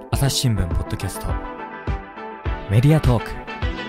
朝日新聞ポッドキャストメディアトーク。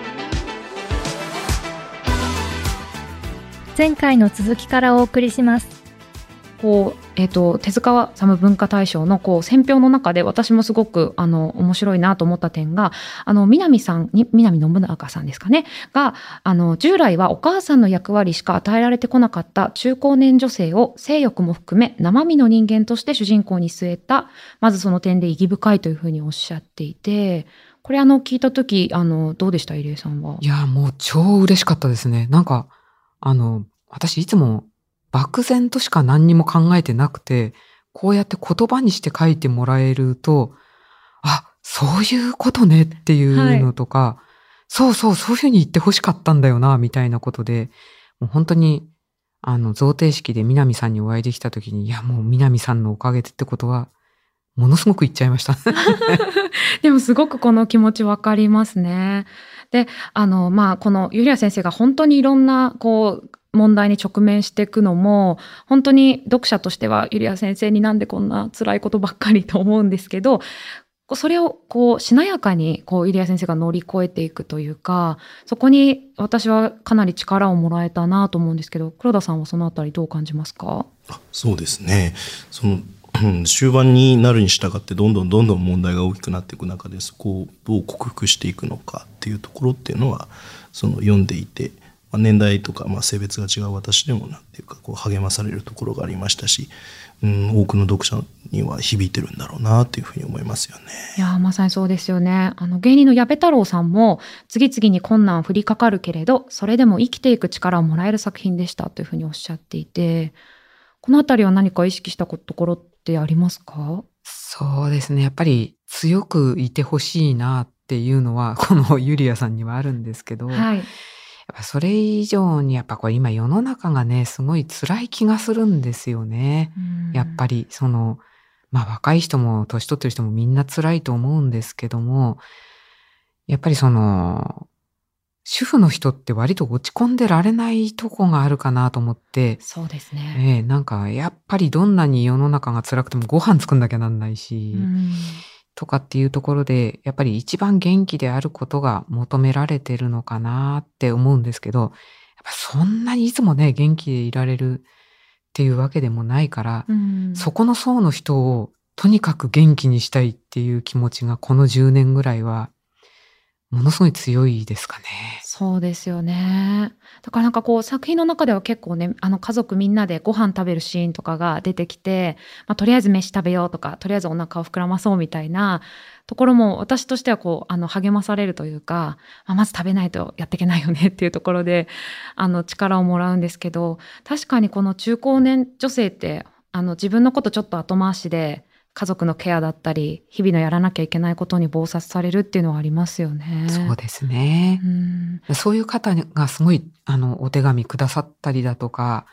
前回の続きからお送りします。手塚治虫文化大賞の選評の中で私もすごく面白いなと思った点が、南信長さんですかねが従来はお母さんの役割しか与えられてこなかった中高年女性を性欲も含め生身の人間として主人公に据えた、まずその点で意義深いというふうにおっしゃっていて、これ聞いた時どうでした？入江さんは。 いやもう超嬉しかったですね。なんか私いつも漠然としか何にも考えてなくて、こうやって言葉にして書いてもらえると、あ、そういうことねっていうのとか、はい、そういうふうに言ってほしかったんだよなみたいなことで、もう本当に贈呈式で南さんにお会いできた時に、いやもう南さんのおかげでってことはものすごく言っちゃいましたでもすごくこの気持ちわかりますね。でこのゆりあ先生が本当にいろんな問題に直面していくのも、本当に読者としてはゆりあ先生になんでこんな辛いことばっかりと思うんですけど、それをしなやかにゆりあ先生が乗り越えていくというか、そこに私はかなり力をもらえたなと思うんですけど、黒田さんはそのあたりどう感じますか？ そうですね。終盤になるに従ってどんどん問題が大きくなっていく中で、そこをどう克服していくのかっていうところっていうのは読んでいて、年代とか性別が違う私でもなんていうか励まされるところがありましたし、多くの読者には響いてるんだろうなというふうに思いますよね。 いやまさにそうですよね。芸人の矢部太郎さんも次々に困難降りかかるけれど、それでも生きていく力をもらえる作品でしたというふうにおっしゃっていて、このあたりは何か意識したところってありますか？ そうですね。やっぱり強くいてほしいなっていうのはこのゆりあさんにはあるんですけど、 はい、 やっぱそれ以上に今世の中がねすごい辛い気がするんですよね。やっぱり若い人も年取ってる人もみんな辛いと思うんですけども、やっぱり主婦の人って割と落ち込んでられないとこがあるかなと思って。 そうですね。 やっぱりどんなに世の中が辛くてもご飯作んなきゃなんないし、とかっていうところで、やっぱり一番元気であることが求められてるのかなって思うんですけど、やっぱそんなにいつもね、元気でいられるっていうわけでもないから、そこの層の人をとにかく元気にしたいっていう気持ちがこの10年ぐらいはものすごい強いですかね。 そうですよね。だから作品の中では結構ね、家族みんなでご飯食べるシーンとかが出てきて、とりあえず飯食べようとか、とりあえずお腹を膨らまそうみたいなところも私としては励まされるというか、まず食べないとやっていけないよねっていうところで力をもらうんですけど、確かにこの中高年女性って自分のことちょっと後回しで家族のケアだったり日々のやらなきゃいけないことに忙殺されるっていうのはありますよね。 そうですね。そういう方がすごいお手紙くださったりだとか、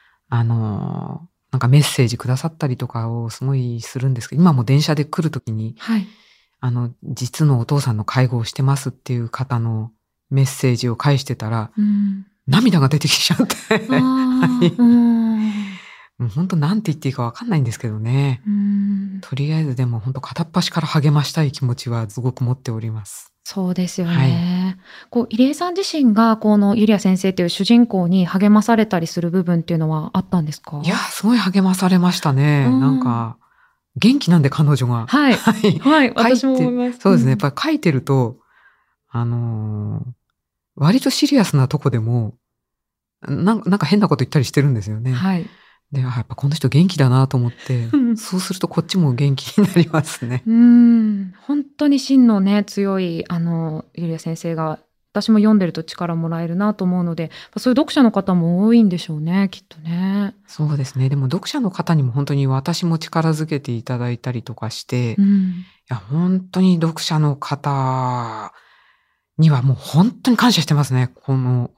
なんかメッセージくださったりとかをすごいするんですけど、今も電車で来るときに、 はい、 実のお父さんの介護をしてますっていう方のメッセージを返してたら、涙が出てきちゃって本当なんて言っていいか分かんないんですけどね。とりあえずでも本当片っ端から励ましたい気持ちはすごく持っております。 そうですよね。入江さん自身がこのゆりあ先生という主人公に励まされたりする部分っていうのはあったんですか？ いやすごい励まされましたね。なんか元気なんで彼女が。 はい私も思います。 そうですね。やっぱり書いてると割とシリアスなとこでもなんか変なこと言ったりしてるんですよね。 はい。 で、やっぱこの人元気だなと思って、そうするとこっちも元気になりますね。 本当に芯のね、強い、ゆりあ先生が、私も読んでると力もらえるなと思うので、そういう読者の方も多いんでしょうね、きっとね。 そうですね。でも読者の方にも本当に私も力づけていただいたりとかして、いや、本当に読者の方にはもう本当に感謝してますね。この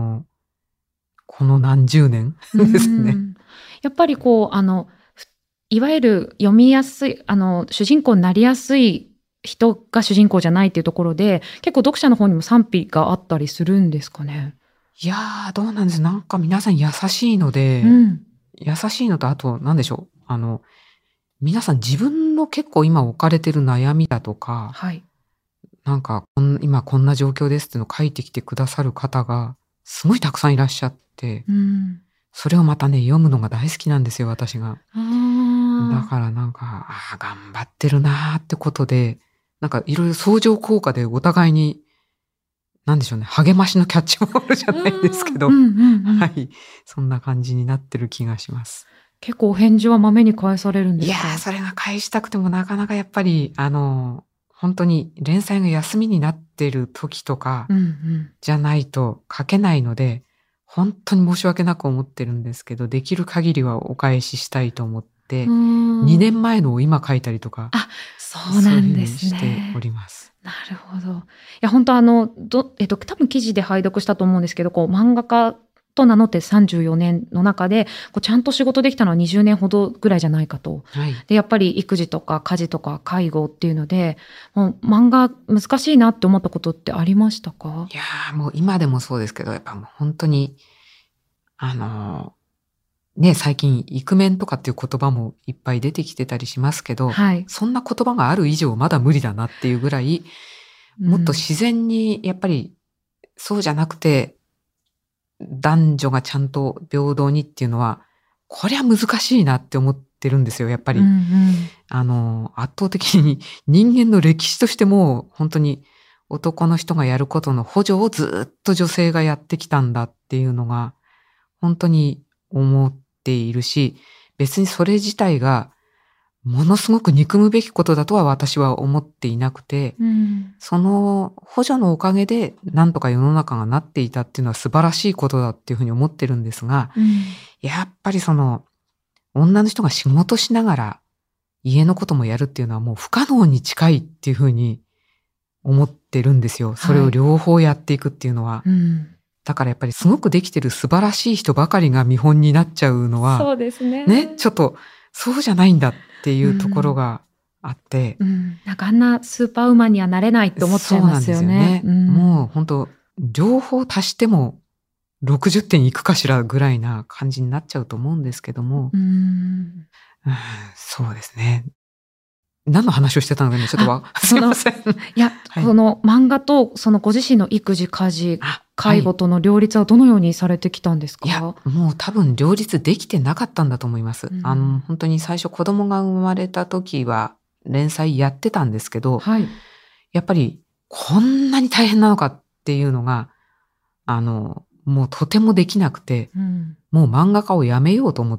何十年ですね。 やっぱりいわゆる読みやすい主人公になりやすい人が主人公じゃないっていうところで、結構読者の方にも賛否があったりするんですかね。 いやーどうなんです。なんか皆さん優しいので、優しいのとあと何でしょう皆さん自分の結構今置かれてる悩みだとか、 はい。 なんか今こんな状況ですっていうのを書いてきてくださる方がすごいたくさんいらっしゃって、それをまたね、読むのが大好きなんですよ、私が。だからなんか、頑張ってるなーってことで、なんかいろいろ相乗効果でお互いに、なんでしょうね、励ましのキャッチボールじゃないですけど、はい、そんな感じになってる気がします。 結構お返事はまめに返されるんですか？ いやー、それが返したくてもなかなかやっぱり、本当に連載が休みになってる時とか、じゃないと書けないので、本当に申し訳なく思ってるんですけど、できる限りはお返ししたいと思って、2年前のを今書いたりとか、 そうなんですね。 そういうふうにしております。 なるほど。いや、本当多分記事で拝読したと思うんですけど、漫画家と名乗って34年の中で、ちゃんと仕事できたのは20年ほどぐらいじゃないかと。 はい、 で、やっぱり育児とか家事とか介護っていうので、もう漫画難しいなって思ったことってありましたか？ いやー、もう今でもそうですけど、やっぱもう本当に、ね、最近、イクメンとかっていう言葉もいっぱい出てきてたりしますけど、 はい、 そんな言葉がある以上まだ無理だなっていうぐらい、もっと自然に、やっぱり、そうじゃなくて、男女がちゃんと平等にっていうのは、こりゃ難しいなって思ってるんですよ、やっぱり。圧倒的に人間の歴史としても、本当に男の人がやることの補助をずっと女性がやってきたんだっていうのが、本当に思っているし、別にそれ自体がものすごく憎むべきことだとは私は思っていなくて、その補助のおかげでなんとか世の中がなっていたっていうのは素晴らしいことだっていうふうに思ってるんですが、やっぱり女の人が仕事しながら家のこともやるっていうのはもう不可能に近いっていうふうに思ってるんですよ。それを両方やっていくっていうのは。だからやっぱりすごくできてる素晴らしい人ばかりが見本になっちゃうのは、 そうですね。 ね、ちょっとそうじゃないんだっていうところがあって、 なんかあんなスーパーウーマンにはなれないって思っちゃいますよね。 そうなんですよね。もう本当両方足しても60点いくかしらぐらいな感じになっちゃうと思うんですけども、そうですね。何の話をしてたのかね、ちょっとすいません。 いや、この漫画とご自身の育児、家事、介護との両立はどのようにされてきたんですか？ いや、もう多分両立できてなかったんだと思います。本当に最初子供が生まれた時は連載やってたんですけど、やっぱりこんなに大変なのかっていうのが、もうとてもできなくて、もう漫画家をやめようと思って、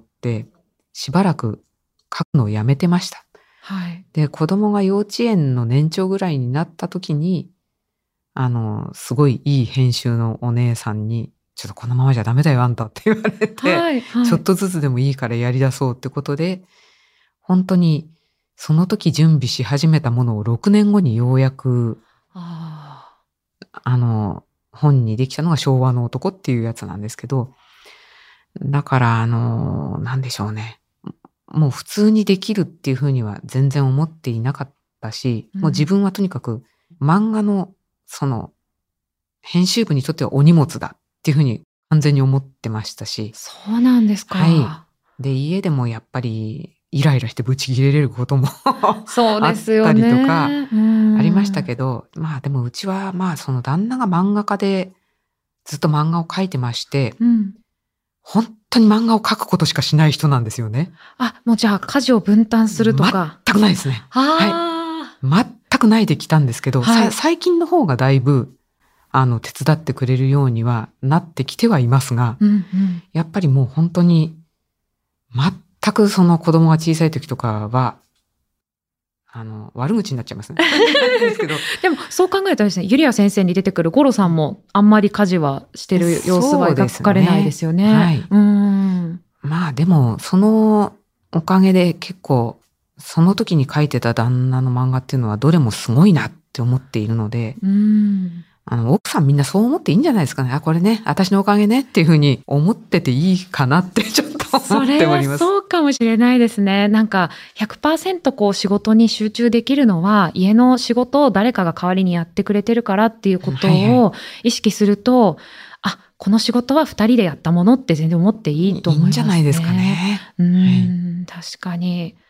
しばらく書くのをやめてました。で、子供が幼稚園の年長ぐらいになった時に、すごいいい編集のお姉さんに、ちょっとこのままじゃダメだよあんたって言われて、ちょっとずつでもいいからやり出そうってことで、本当にその時準備し始めたものを6年後にようやく、本にできたのが昭和の男っていうやつなんですけど、だからなんでしょうね。もう普通にできるっていうふうには全然思っていなかったし、もう自分はとにかく漫画の編集部にとってはお荷物だっていうふうに完全に思ってましたし。 そうなんですか。 で、家でもやっぱりイライラしてブチ切れれることもそうあったですよね。 りとかありましたけど、まあでもうちは旦那が漫画家でずっと漫画を描いてまして、本当に漫画を描くことしかしない人なんですよね。 もうじゃあ家事を分担するとか。 全くないですね。全くないできたんですけど、最近の方がだいぶ、手伝ってくれるようにはなってきてはいますが、やっぱりもう本当に、全く子供が小さい時とかは、悪口になっちゃいますね。ですけどでも、そう考えたらですね、ゆりあ先生に出てくる五郎さんも、あんまり家事はしてる様子は描かれないですよね。 まあでも、そのおかげで結構、その時に書いてた旦那の漫画っていうのはどれもすごいなって思っているので、奥さんみんなそう思っていいんじゃないですかね。これね、私のおかげねっていうふうに思ってていいかなってちょっと思っております。 それはそうかもしれないですね。なんか 100% 仕事に集中できるのは家の仕事を誰かが代わりにやってくれてるからっていうことを意識すると、この仕事は2人でやったものって全然思っていいと思いますね。 いいんじゃないですかね。 確かに。い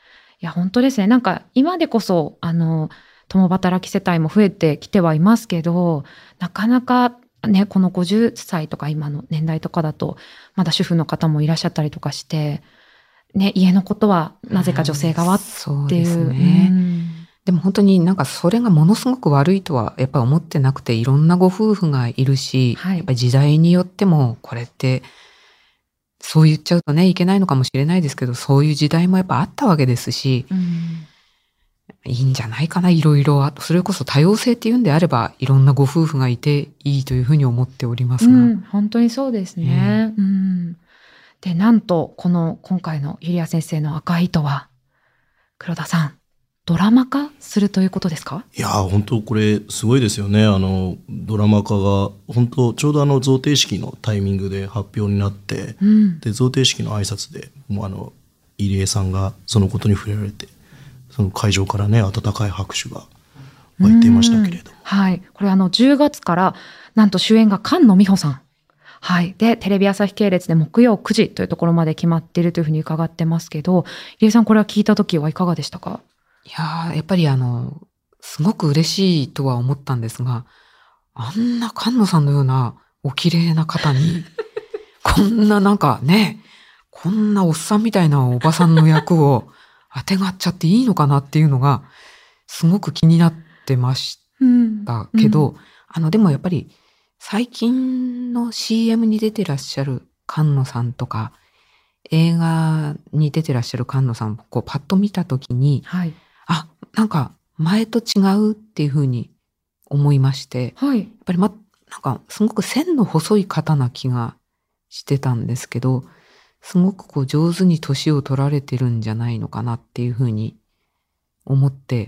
や本当ですね。なんか今でこそ共働き世帯も増えてきてはいますけど、なかなかね、この50歳とか今の年代とかだとまだ主婦の方もいらっしゃったりとかして、ね、家のことはなぜか女性側っていう。 そうですね。でも本当になんかそれがものすごく悪いとはやっぱり思ってなくて、いろんなご夫婦がいるし、 はい、 やっぱり時代によってもこれってそう言っちゃうとねいけないのかもしれないですけど、そういう時代もやっぱあったわけですし、いいんじゃないかな、いろいろ。それこそ多様性っていうんであればいろんなご夫婦がいていいというふうに思っておりますが、 本当にそうですね。で、なんと今回のユリア先生の赤い糸は黒田さん、ドラマ化するということですか？ いや本当これすごいですよね。ドラマ化が本当ちょうど贈呈式のタイミングで発表になって、で贈呈式の挨拶でもう入江さんがそのことに触れられて、その会場からね温かい拍手が湧いていましたけれども、 はい、これ10月からなんと主演が菅野美穂さん、はい、でテレビ朝日系列で木曜9時というところまで決まっているというふうに伺ってますけど、入江さんこれは聞いた時はいかがでしたか？ いややっぱりすごく嬉しいとは思ったんですが、あんな菅野さんのようなお綺麗な方にこんななんかね、こんなおっさんみたいなおばさんの役をあてがっちゃっていいのかなっていうのがすごく気になってましたけど、でもやっぱり最近の CM に出てらっしゃる菅野さんとか映画に出てらっしゃる菅野さんをこうパッと見たときに、 はい、 なんか前と違うっていうふうに思いまして、 はい、 やっぱりなんかすごく線の細い方な気がしてたんですけど、すごくこう上手に年を取られてるんじゃないのかなっていうふうに思って、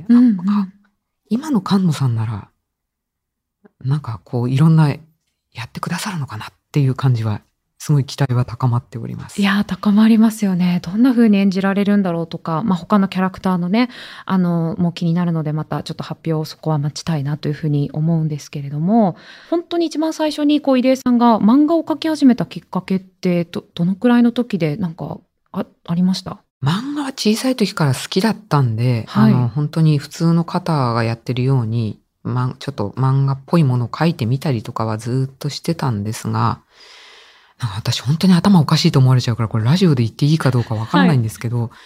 今の菅野さんならなんかこういろんなやってくださるのかなっていう感じは、すごい期待は高まっております。 いや高まりますよね。どんな風に演じられるんだろうとか、他のキャラクターのねもう気になるので、またちょっと発表をそこは待ちたいなというふうに思うんですけれども、本当に一番最初に入江さんが漫画を描き始めたきっかけってどのくらいの時でなんか ありました？ 漫画は小さい時から好きだったんで、 はい、 本当に普通の方がやってるようにちょっと漫画っぽいものを描いてみたりとかはずっとしてたんですが、なんか私本当に頭おかしいと思われちゃうから、これラジオで言っていいかどうかわからないんですけど、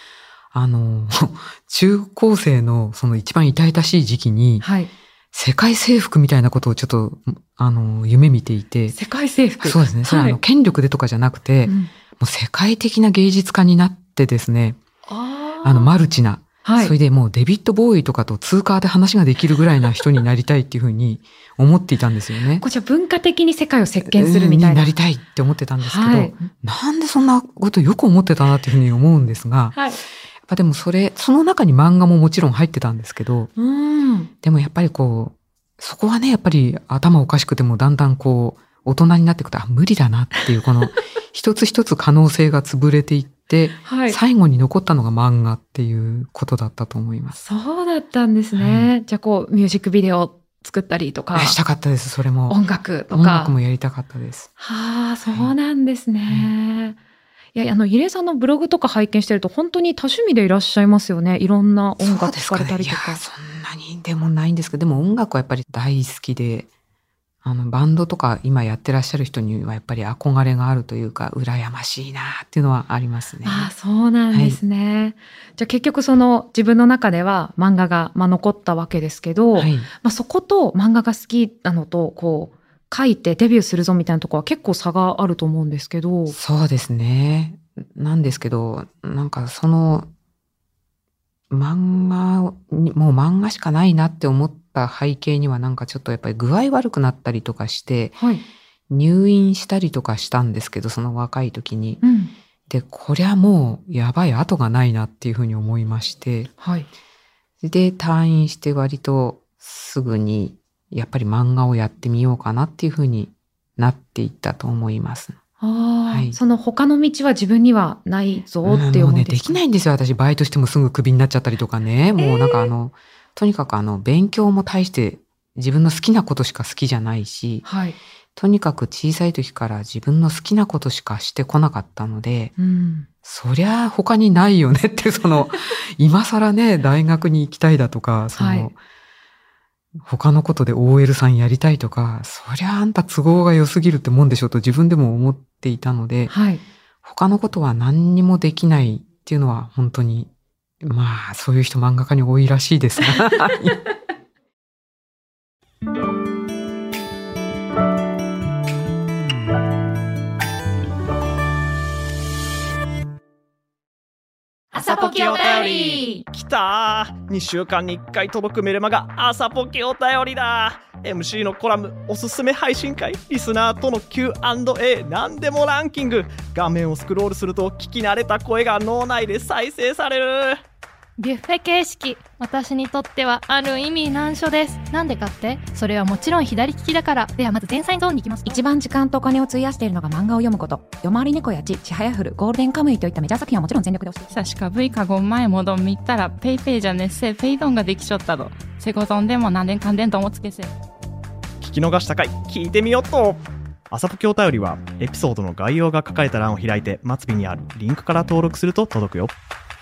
中高生のその一番痛々しい時期に、世界征服みたいなことをちょっと夢見ていて。 世界征服。 そうですね。それは権力でとかじゃなくて、もう世界的な芸術家になってですね、マルチな。それでもうデビッド・ボーイとかと通過で話ができるぐらいな人になりたいっていうふうに思っていたんですよね。 じゃあ文化的に世界を席巻するみたいな。 になりたいって思ってたんですけど、なんでそんなことよく思ってたなっていうふうに思うんですが、やっぱでもその中に漫画ももちろん入ってたんですけど、でもやっぱりそこはね、やっぱり頭おかしくてもだんだん大人になっていくと、無理だなっていうこの一つ一つ可能性が潰れていって、最後に残ったのが漫画っていうことだったと思います。 そうだったんですね。じゃあミュージックビデオ作ったりとか。 したかったです、それも。 音楽とか。 音楽もやりたかったです。 そうなんですね。いや、入江さんのブログとか拝見してると本当に多趣味でいらっしゃいますよね。いろんな音楽聴かれたりとか。 そんなにでもないんですけど、でも音楽はやっぱり大好きで、バンドとか今やってらっしゃる人にはやっぱり憧れがあるというか、羨ましいなっていうのはありますね。 そうなんですね。じゃあ結局自分の中では漫画が残ったわけですけど、そこと漫画が好きなのと書いてデビューするぞみたいなところは結構差があると思うんですけど。 そうですね。なんですけど、なんかもう漫画しかないなって思った背景には、なんかちょっとやっぱり具合悪くなったりとかして、入院したりとかしたんですけど、その若い時に。で、こりゃもうやばい後がないなっていうふうに思いまして、で、退院して割とすぐにやっぱり漫画をやってみようかなっていうふうになっていったと思います。 その他の道は自分にはないぞっていう思いですか？ もうね、できないんですよ。私バイトしてもすぐクビになっちゃったりとかね。もうなんかとにかく勉強も大して自分の好きなことしか好きじゃないし、 とにかく小さい時から自分の好きなことしかしてこなかったので、そりゃ他にないよねって今更ね、大学に行きたいだとか、他のことで OL さんやりたいとか、そりゃあんた都合が良すぎるってもんでしょと自分でも思っていたので、他のことは何にもできないっていうのは本当に、そういう人漫画家に多いらしいですが。 朝ポキお便りきたー。2週間に1回届くメルマガ朝ポキお便りだ。 MC のコラム、おすすめ配信会、リスナーとの Q&A、 何でもランキング。画面をスクロールすると聞き慣れた声が脳内で再生される。 ビュッフェ形式、私にとってはある意味難所です。なんでかって？それはもちろん左利きだから。ではまず前菜ゾーンに行きます。 一番時間とお金を費やしているのが漫画を読むこと。夜回り猫やちはやふる、ゴールデンカムイといったメジャー作品はもちろん全力で押して。 さしか V か5前もどん見たらペイペイじゃねっせ、ペイドンができちょったど。セゴドンでも何年かんでんともつけせ。 聞き逃した回聞いてみよっと。朝ポキお便りはエピソードの概要が書かれた欄を開いて末尾にあるリンクから登録すると届くよ。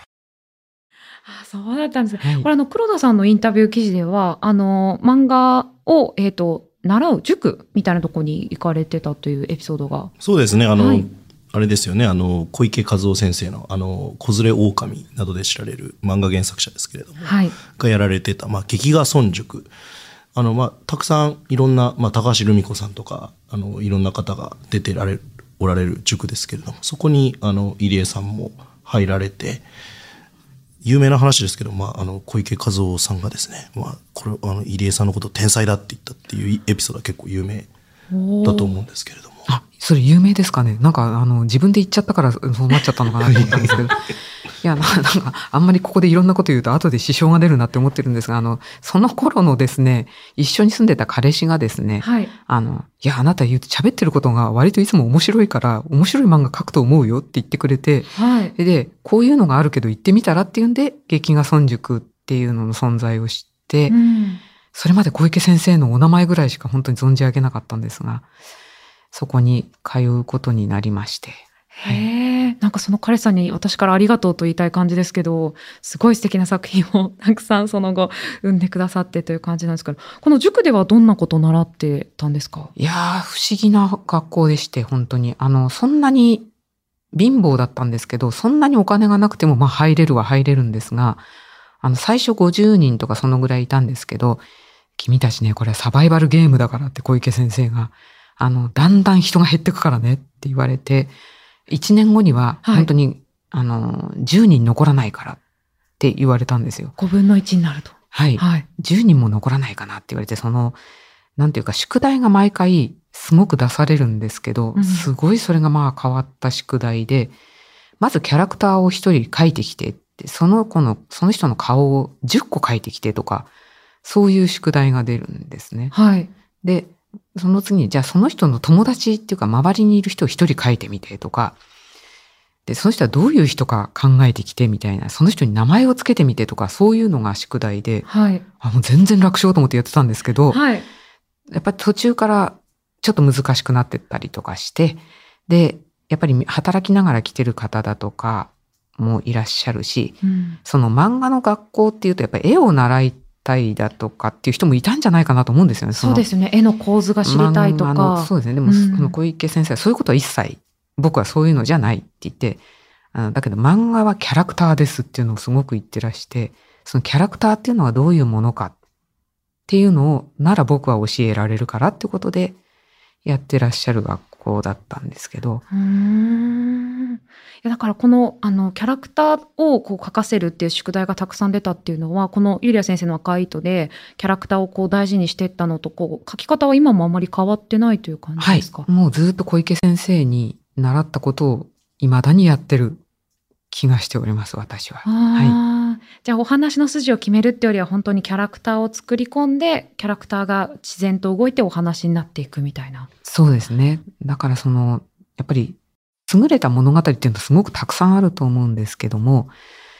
そうだったんです。これ黒田さんのインタビュー記事では漫画を習う塾みたいなところに行かれてたというエピソードが。 そうですね。あれですよね。小池和夫先生の子連れ狼などで知られる漫画原作者ですけれども、がやられてた劇画村塾。たくさんいろんな、高橋留美子さんとかいろんな方が出ておられる塾ですけれども、そこに入江さんも入られて、有名な話ですけど、小池和夫さんがですね、これ入江さんのことを天才だって言ったっていうエピソードは結構有名だと思うんですけれども。 それ有名ですかね。自分で言っちゃったからそうなっちゃったのかなと思ったんですけど。いや、あんまりここでいろんなこと言うと後で支障が出るなって思ってるんですが、その頃のですね、一緒に住んでた彼氏がですね、いや、あなた喋ってることが割といつも面白いから、面白い漫画描くと思うよって言ってくれて、で、こういうのがあるけど行ってみたらっていうんで、劇画村塾っていうのの存在を知って、それまで小池先生のお名前ぐらいしか本当に存じ上げなかったんですが、そこに通うことになりまして。 その彼さんに私からありがとうと言いたい感じですけど、すごい素敵な作品をたくさんその後生んでくださってという感じなんですけど、この塾ではどんなことを習ってたんですか？ いやー、不思議な学校でして、本当にそんなに貧乏だったんですけど、そんなにお金がなくても入れるは入れるんですが、最初50人とかそのぐらいいたんですけど、君たちね、これはサバイバルゲームだからって小池先生がだんだん人が減ってくからねって言われて、1年後には本当に、10人残らないからって言われたんですよ。 5分の1になると。 10人も残らないかなって言われて、なんていうか宿題が毎回すごく出されるんですけど、すごいそれが変わった宿題で、まずキャラクターを1人描いてきてって、その人の顔を10個描いてきてとか、そういう宿題が出るんですね。で、その次に、じゃあその人の友達っていうか周りにいる人を一人書いてみてとか、で、その人はどういう人か考えてきてみたいな、その人に名前をつけてみてとか、そういうのが宿題で、もう全然楽勝と思ってやってたんですけど、やっぱり途中からちょっと難しくなってったりとかして、で、やっぱり働きながら来てる方だとかもいらっしゃるし、その漫画の学校っていうとやっぱり絵を習いたいだとかっていう人もいたんじゃないかなと思うんですよね。 そうですよね。絵の構図が知りたいとか。 そうですね。でも、小池先生はそういうことは一切、僕はそういうのじゃないって言って、だけど漫画はキャラクターですっていうのをすごく言ってらして、そのキャラクターっていうのはどういうものかっていうのをなら僕は教えられるからってことでやってらっしゃる学校だったんですけど。 だからこのキャラクターを描かせるっていう宿題がたくさん出たっていうのは、このユリア先生の赤い糸でキャラクターを大事にしていったのと描き方は今もあまり変わってないという感じですか？ もうずっと小池先生に習ったことを未だにやってる気がしております、私は。 じゃあお話の筋を決めるってよりは本当にキャラクターを作り込んで、キャラクターが自然と動いてお話になっていくみたいな。 そうですね。だからやっぱり優れた物語っていうのはすごくたくさんあると思うんですけども、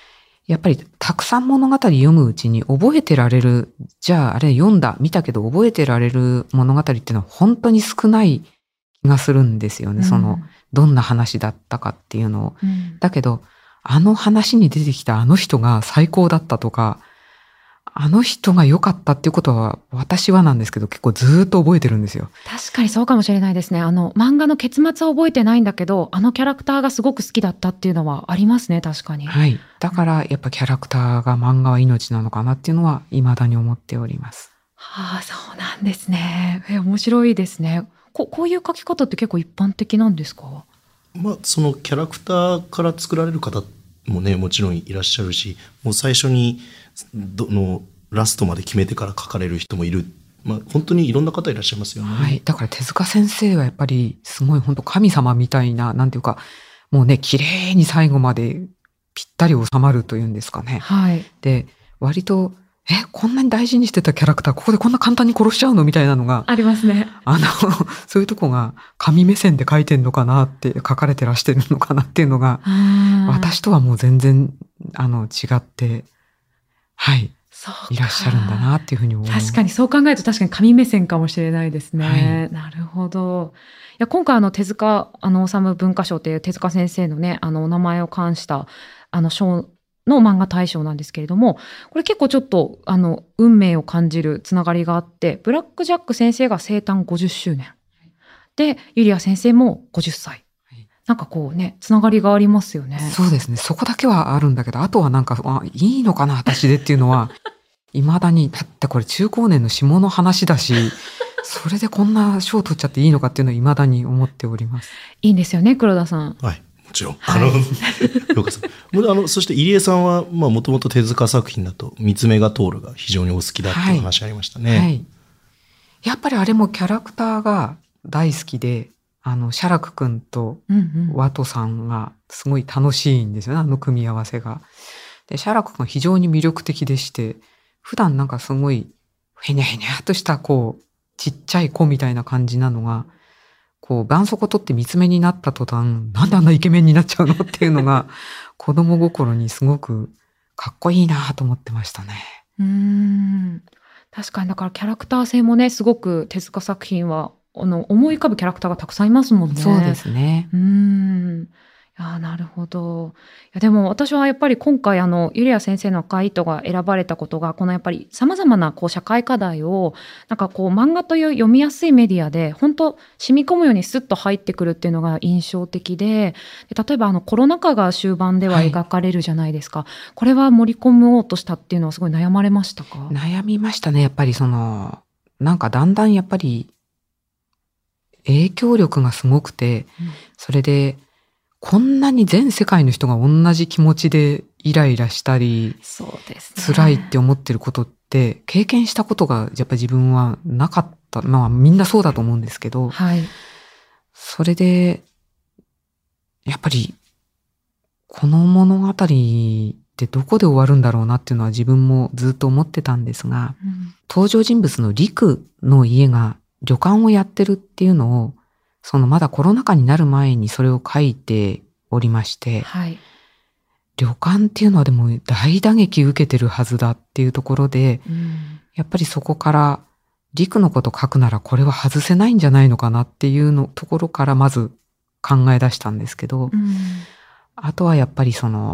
やっぱりたくさん物語読むうちに覚えてられる、じゃああれ読んだ、見たけど覚えてられる物語っていうのは本当に少ない気がするんですよね。どんな話だったかっていうのを。だけど、あの話に出てきたあの人が最高だったとか、あの人が良かったっていうことは、私はなんですけど、結構ずーっと覚えてるんですよ。 確かにそうかもしれないですね。漫画の結末は覚えてないんだけど、あのキャラクターがすごく好きだったっていうのはありますね、確かに。 はい。だから、やっぱキャラクターが漫画は命なのかなっていうのは、未だに思っております。 はあ、そうなんですね。面白いですね。こういう書き方って結構一般的なんですか？ そのキャラクターから作られる方もね、もちろんいらっしゃるし、もう最初にラストまで決めてから書かれる人もいる。本当にいろんな方いらっしゃいますよね。 はい。だから手塚先生はやっぱりすごい本当神様みたいな、なんていうか、もうね、綺麗に最後までぴったり収まるというんですかね。 はい。 で、割と、こんなに大事にしてたキャラクター、ここでこんな簡単に殺しちゃうのみたいなのが。 ありますね。 そういうとこが神目線で書いてんのかなって、書かれてらしてるのかなっていうのが、私とはもう全然、違って、はい。いらっしゃるんだなっていうふうに思います。 確かにそう考えると確かに神目線かもしれないですね。 はい、 なるほど。いや、今回手塚治虫文化賞という手塚先生のね、お名前を冠した賞の漫画大賞なんですけれども、これ結構ちょっと運命を感じるつながりがあって、ブラックジャック先生が生誕50周年で、ユリア先生も50歳。なんかこうね、つながりがありますよね。 そうですね。そこだけはあるんだけど、あとはなんか、いいのかな、私でっていうのは、未だに、だってこれ中高年の下の話だし、それでこんな賞取っちゃっていいのかっていうのは未だに思っております。 いいんですよね、黒田さん。 はい、もちろん。よかさん。そして入江さんは、もともと手塚作品だと、三つ目が通るが非常にお好きだっていう話ありましたね。 はい。やっぱりあれもキャラクターが大好きで、写楽くんとワトさんがすごい楽しいんですよね、組み合わせが。で、写楽くんが非常に魅力的でして、普段なんかすごい、へにゃへにゃとした、ちっちゃい子みたいな感じなのが、絆創膏取って三つ目になった途端、なんであんなイケメンになっちゃうのっていうのが、子供心にすごくかっこいいなと思ってましたね。 確かに、だからキャラクター性もね、すごく手塚作品は、思い浮かぶキャラクターがたくさんいますもんね。 そうですね。 いや、なるほど。いや、でも私はやっぱり今回ユリア先生の赤い糸が選ばれたことが、このやっぱり様々な社会課題をなんか漫画という読みやすいメディアで本当染み込むようにスッと入ってくるっていうのが印象的で、例えばコロナ禍が終盤では描かれるじゃないですか。これは盛り込もうとしたっていうのはすごい悩まれましたか？ 悩みましたね。やっぱりなんかだんだんやっぱり影響力がすごくて、それでこんなに全世界の人が同じ気持ちでイライラしたり、 そうですね、 辛いって思ってることって経験したことがやっぱり自分はなかった。みんなそうだと思うんですけど、 はい、 それでやっぱりこの物語ってどこで終わるんだろうなっていうのは自分もずっと思ってたんですが、登場人物の陸の家が旅館をやってるっていうのをまだコロナ禍になる前にそれを書いておりまして、 はい、 旅館っていうのはでも大打撃受けてるはずだっていうところで、やっぱりそこから陸のこと書くならこれは外せないんじゃないのかなっていうところからまず考え出したんですけど、あとはやっぱり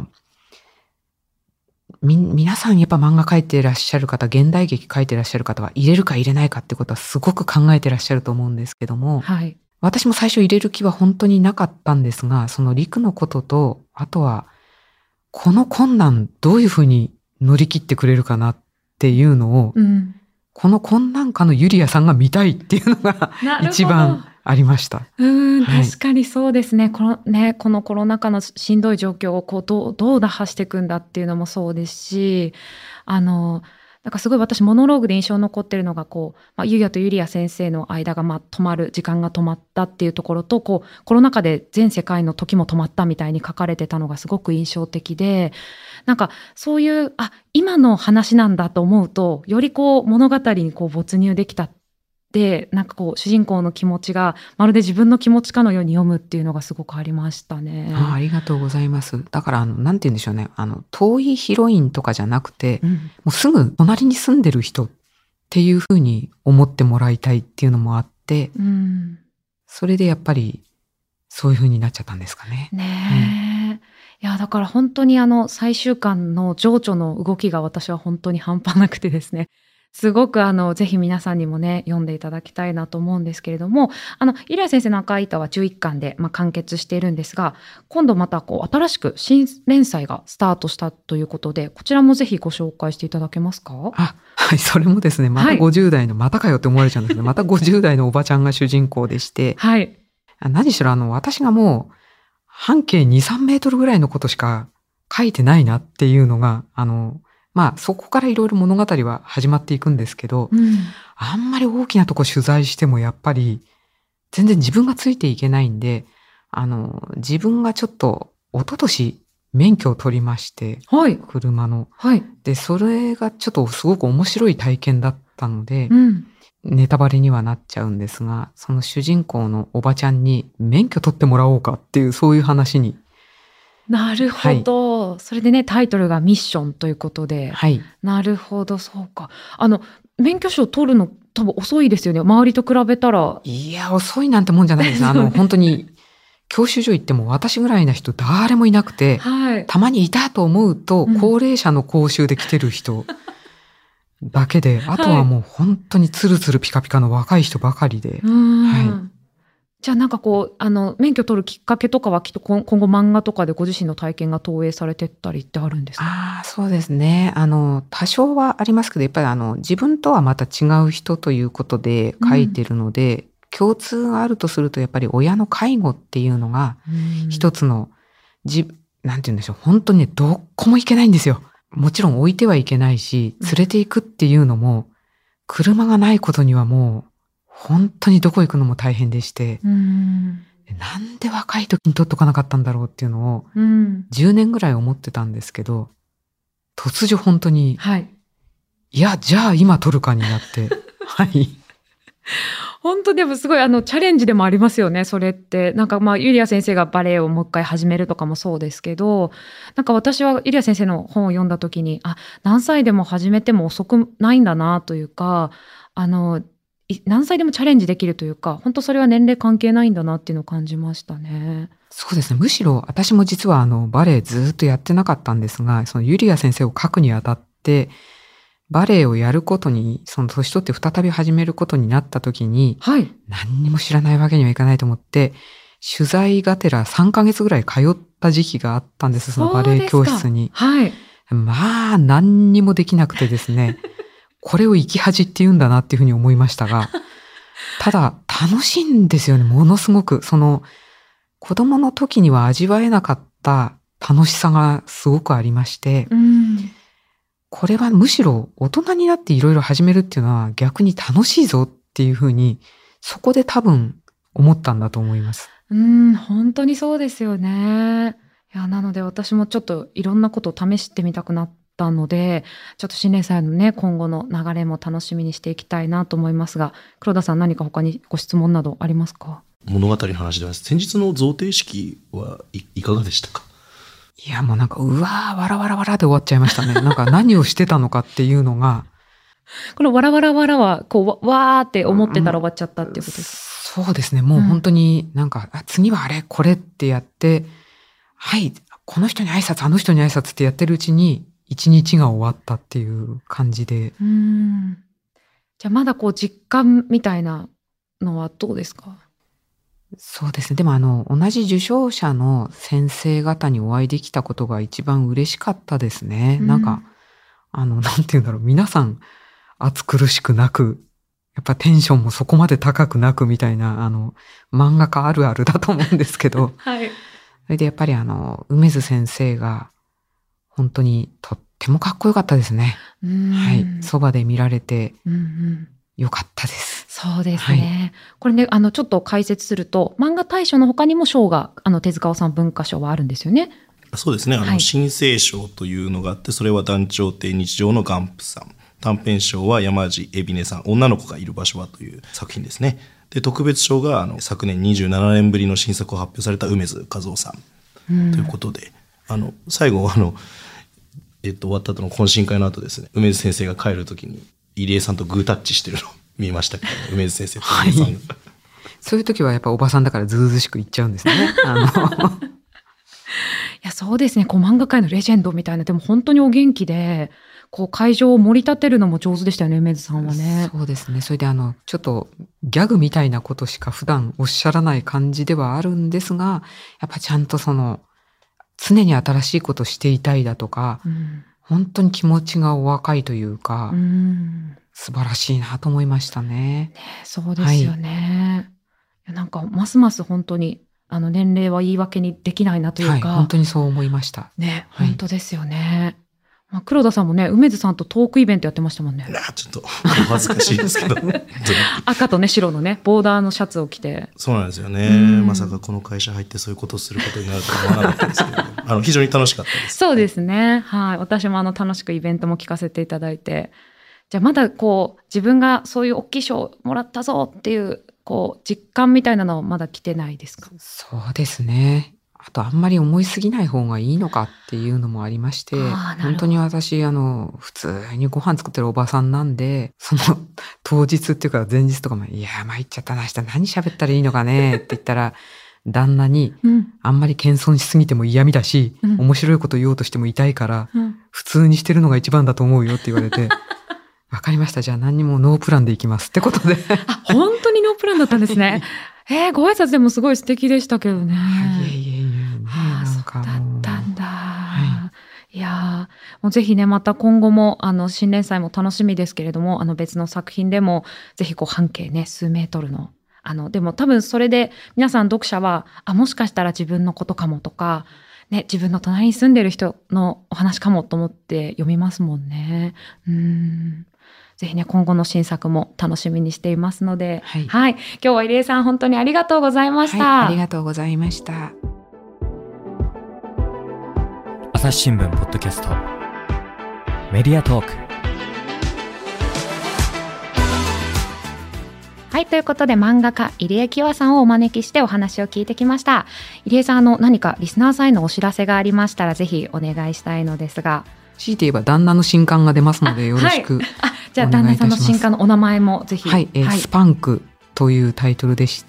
皆さんやっぱ漫画描いていらっしゃる方、現代劇描いていらっしゃる方は入れるか入れないかってことはすごく考えていらっしゃると思うんですけども、 はい、 私も最初入れる気は本当になかったんですが、陸のことと、あとは、この困難どういうふうに乗り切ってくれるかなっていうのを、この困難下のユリアさんが見たいっていうのが一番ありました。 確かにそうですね。このコロナ禍のしんどい状況をどう打破していくんだっていうのもそうですし、なんかすごい私モノローグで印象に残ってるのがユリアとユリア先生の間が時間が止まったっていうところとコロナ禍で全世界の時も止まったみたいに書かれてたのがすごく印象的で、なんかそういう今の話なんだと思うとより物語に没入できたでなんかこう主人公の気持ちがまるで自分の気持ちかのように読むっていうのがすごくありましたね。 ありがとうございます。だからなんて言うんでしょうね。遠いヒロインとかじゃなくて、もうすぐ隣に住んでる人っていうふうに思ってもらいたいっていうのもあって、それでやっぱりそういうふうになっちゃったんですかね。 ねえ、いやだから本当に最終巻の情緒の動きが私は本当に半端なくてですね、すごくぜひ皆さんにもね読んでいただきたいなと思うんですけれども、イリア先生の赤い板は11巻で、完結しているんですが、今度また新しく新連載がスタートしたということで、こちらもぜひご紹介していただけますか？ はい、それもですね、また50代の、またかよって思われちゃうんですけど、また50代のおばちゃんが主人公でして、 はい、 何しろ私がもう半径2、3メートルぐらいのことしか書いてないなっていうのが、そこからいろいろ物語は始まっていくんですけど、あんまり大きなとこ取材してもやっぱり全然自分がついていけないんで、自分がちょっと一昨年免許を取りまして、車の。で、それがちょっとすごく面白い体験だったので、ネタバレにはなっちゃうんですが、その主人公のおばちゃんに免許取ってもらおうかっていう、そういう話に。 なるほど、それでねタイトルがミッションということで、なるほど、そうか。免許証取るの多分遅いですよね、周りと比べたら。 いや、遅いなんてもんじゃないです。本当に教習所行っても私ぐらいな人誰もいなくて、たまにいたと思うと、高齢者の講習で来てる人だけで、あとはもう本当にツルツルピカピカの若い人ばかりで。 じゃあなんか免許取るきっかけとかはきっと今後漫画とかでご自身の体験が投影されてったりってあるんですか？ そうですね。多少はありますけど、やっぱり自分とはまた違う人ということで書いてるので、共通があるとするとやっぱり親の介護っていうのが一つの、なんて言うんでしょう、本当にね、どこも行けないんですよ。もちろん置いてはいけないし、連れて行くっていうのも、車がないことにはもう、本当にどこ行くのも大変でして、なんで若い時に取っとかなかったんだろうっていうのを、10年ぐらい思ってたんですけど、突如本当に、いや、じゃあ今取るかになって、 本当でもすごいチャレンジでもありますよね、それって。なんかユリア先生がバレエをもう一回始めるとかもそうですけど、なんか私はユリア先生の本を読んだ時に、何歳でも始めても遅くないんだなというか、何歳でもチャレンジできるというか、本当それは年齢関係ないんだなっていうのを感じましたね。 そうですね。むしろ私も実はバレエずっとやってなかったんですが、そのユリア先生を書くにあたって、バレエをやることに、その年取って再び始めることになった時に、何にも知らないわけにはいかないと思って、取材がてら3ヶ月ぐらい通った時期があったんです、そのバレエ教室に。何にもできなくてですね。これを生き恥って言うんだなっていうふうに思いましたが、ただ楽しいんですよね、ものすごく。子供の時には味わえなかった楽しさがすごくありまして、これはむしろ大人になっていろいろ始めるっていうのは逆に楽しいぞっていうふうに、そこで多分思ったんだと思います。 本当にそうですよね。いや、なので私もちょっといろんなことを試してみたくなったので、ちょっと新連載のね、今後の流れも楽しみにしていきたいなと思いますが、黒田さん何か他にご質問などありますか？ 物語の話では、先日の贈呈式はいかがでしたか？ いや、もうなんか、わらわらわらで終わっちゃいましたね。なんか何をしてたのかっていうのが。 このわらわらわらは、わーって思ってたら終わっちゃったっていうことですか？ そうですね。もう本当になんか、次はこれってやって、この人に挨拶、あの人に挨拶ってやってるうちに、一日が終わったっていう感じで。 じゃあまだ実感みたいなのはどうですか？ そうですね。でも同じ受賞者の先生方にお会いできたことが一番嬉しかったですね。なんか、なんて言うんだろう。皆さん、暑苦しくなく、やっぱテンションもそこまで高くなくみたいな、漫画家あるあるだと思うんですけど。それでやっぱり梅津先生が、本当にとってもかっこよかったですね。そばで見られてよかったです。 そうですね。これね、ちょっと解説すると、漫画大賞の他にも賞が手塚治虫文化賞はあるんですよね。 そうですね。新生賞というのがあって、それは団長亭日常のガンプさん。 短編賞は山地海老根さん、女の子がいる場所はという作品ですね。で、特別賞が昨年27年ぶりの新作を発表された梅津和夫さんということで、最後終わった後の懇親会の後ですね、梅津先生が帰る時に入江さんとグータッチしてるの見えましたけど、梅津先生と入江さんが、はい、 そういう時はやっぱおばさんだからずうずしく言っちゃうんですね。 いや、そうですね。漫画界のレジェンドみたいな、でも本当にお元気で、会場を盛り立てるのも上手でしたよね、梅津さんはね。 そうですね。それでちょっとギャグみたいなことしか普段おっしゃらない感じではあるんですが、やっぱちゃんと常に新しいことしていたいだとか、本当に気持ちがお若いというか、素晴らしいなと思いましたね。 そうですよね。はい、なんかますます本当に年齢は言い訳にできないなというか、 本当にそう思いましたね。本当ですよね。黒田さんもね、梅津さんとトークイベントやってましたもんね。 ちょっとお恥ずかしいですけど赤とね、白のね、ボーダーのシャツを着て。 そうなんですよね。まさかこの会社入ってそういうことをすることになるとは思わなかったですけど非常に楽しかったです。 そうですね。はい。私も楽しくイベントも聞かせていただいて、じゃあまだ自分がそういう大きい賞もらったぞっていう実感みたいなのはまだ来てないですか？ そうですね。あとあんまり思いすぎない方がいいのかっていうのもありまして、本当に私普通にご飯作ってるおばさんなんで、当日っていうか前日とかも、いや参っちゃったな、明日何喋ったらいいのかねって言ったら、旦那に、あんまり謙遜しすぎても嫌味だし、面白いこと言おうとしても痛いから、普通にしてるのが一番だと思うよって言われて、わかりました。じゃあ何にもノープランでいきますってことで。 本当にノープランだったんですね。ご挨拶でもすごい素敵でしたけどね。そうだったんだ。いやもうぜひね、また今後も新連載も楽しみですけれども、別の作品でもぜひ半径ね、数メートルのでも多分それで皆さん読者はもしかしたら自分のことかもとかね、自分の隣に住んでる人のお話かもと思って読みますもんね。ぜひね、今後の新作も楽しみにしていますので、はい、今日は入江さん本当にありがとうございました。 ありがとうございました。 朝日新聞ポッドキャストメディアトーク。 はい、ということで漫画家入江喜和さんをお招きしてお話を聞いてきました。入江さん何かリスナーさんへのお知らせがありましたらぜひお願いしたいのですが。 強いて言えば旦那の新刊が出ますのでよろしくお願いいたします。 じゃあ旦那さんの新刊のお名前もぜひ。 スパンクというタイトルでして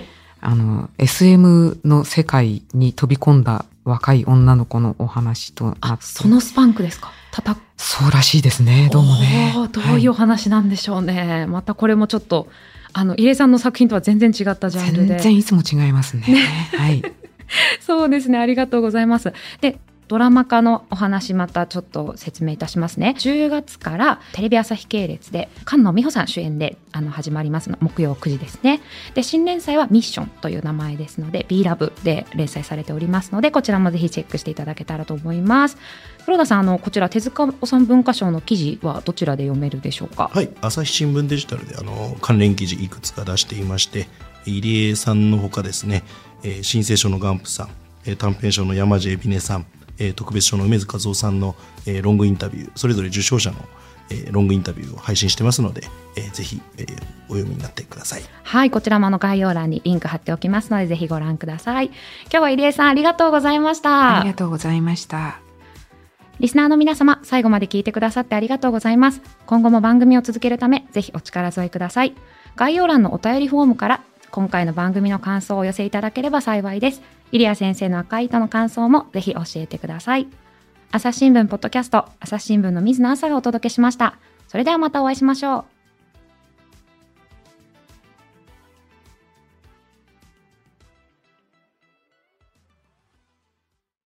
、SM の世界に飛び込んだ若い女の子のお話となって。 そのスパンクですか？ そうらしいですね。どうもね。 どういうお話なんでしょうね。またこれもちょっと入江さんの作品とは全然違ったジャンルで。 全然いつも違いますね。はい。 そうですね。ありがとうございます。で、ドラマ化のお話またちょっと説明いたしますね。10月からテレビ朝日系列で菅野美穂さん主演で始まりますの。木曜9時ですね。で、新連載はミッションという名前ですので B-Love で連載されておりますので、こちらもぜひチェックしていただけたらと思います。黒田さん、こちら手塚治虫文化賞の記事はどちらで読めるでしょうか？はい、 朝日新聞デジタルで関連記事いくつか出していまして、入江さんのほかですね、新生賞のガンプさん、短編賞の山地海老根さん、特別賞の梅津和夫さんの、ロングインタビュー、それぞれ受賞者の、ロングインタビューを配信してますので、ぜひ、お読みになってください。 はい、こちらも概要欄にリンク貼っておきますのでぜひご覧ください。今日は入江さんありがとうございました。 ありがとうございました。 リスナーの皆様、最後まで聞いてくださってありがとうございます。今後も番組を続けるためぜひお力添えください。概要欄のお便りフォームから今回の番組の感想をお寄せいただければ幸いです。入谷先生の赤い糸の感想もぜひ教えてください。朝日新聞ポッドキャスト、朝日新聞の水野朝がお届けしました。それではまたお会いしましょう。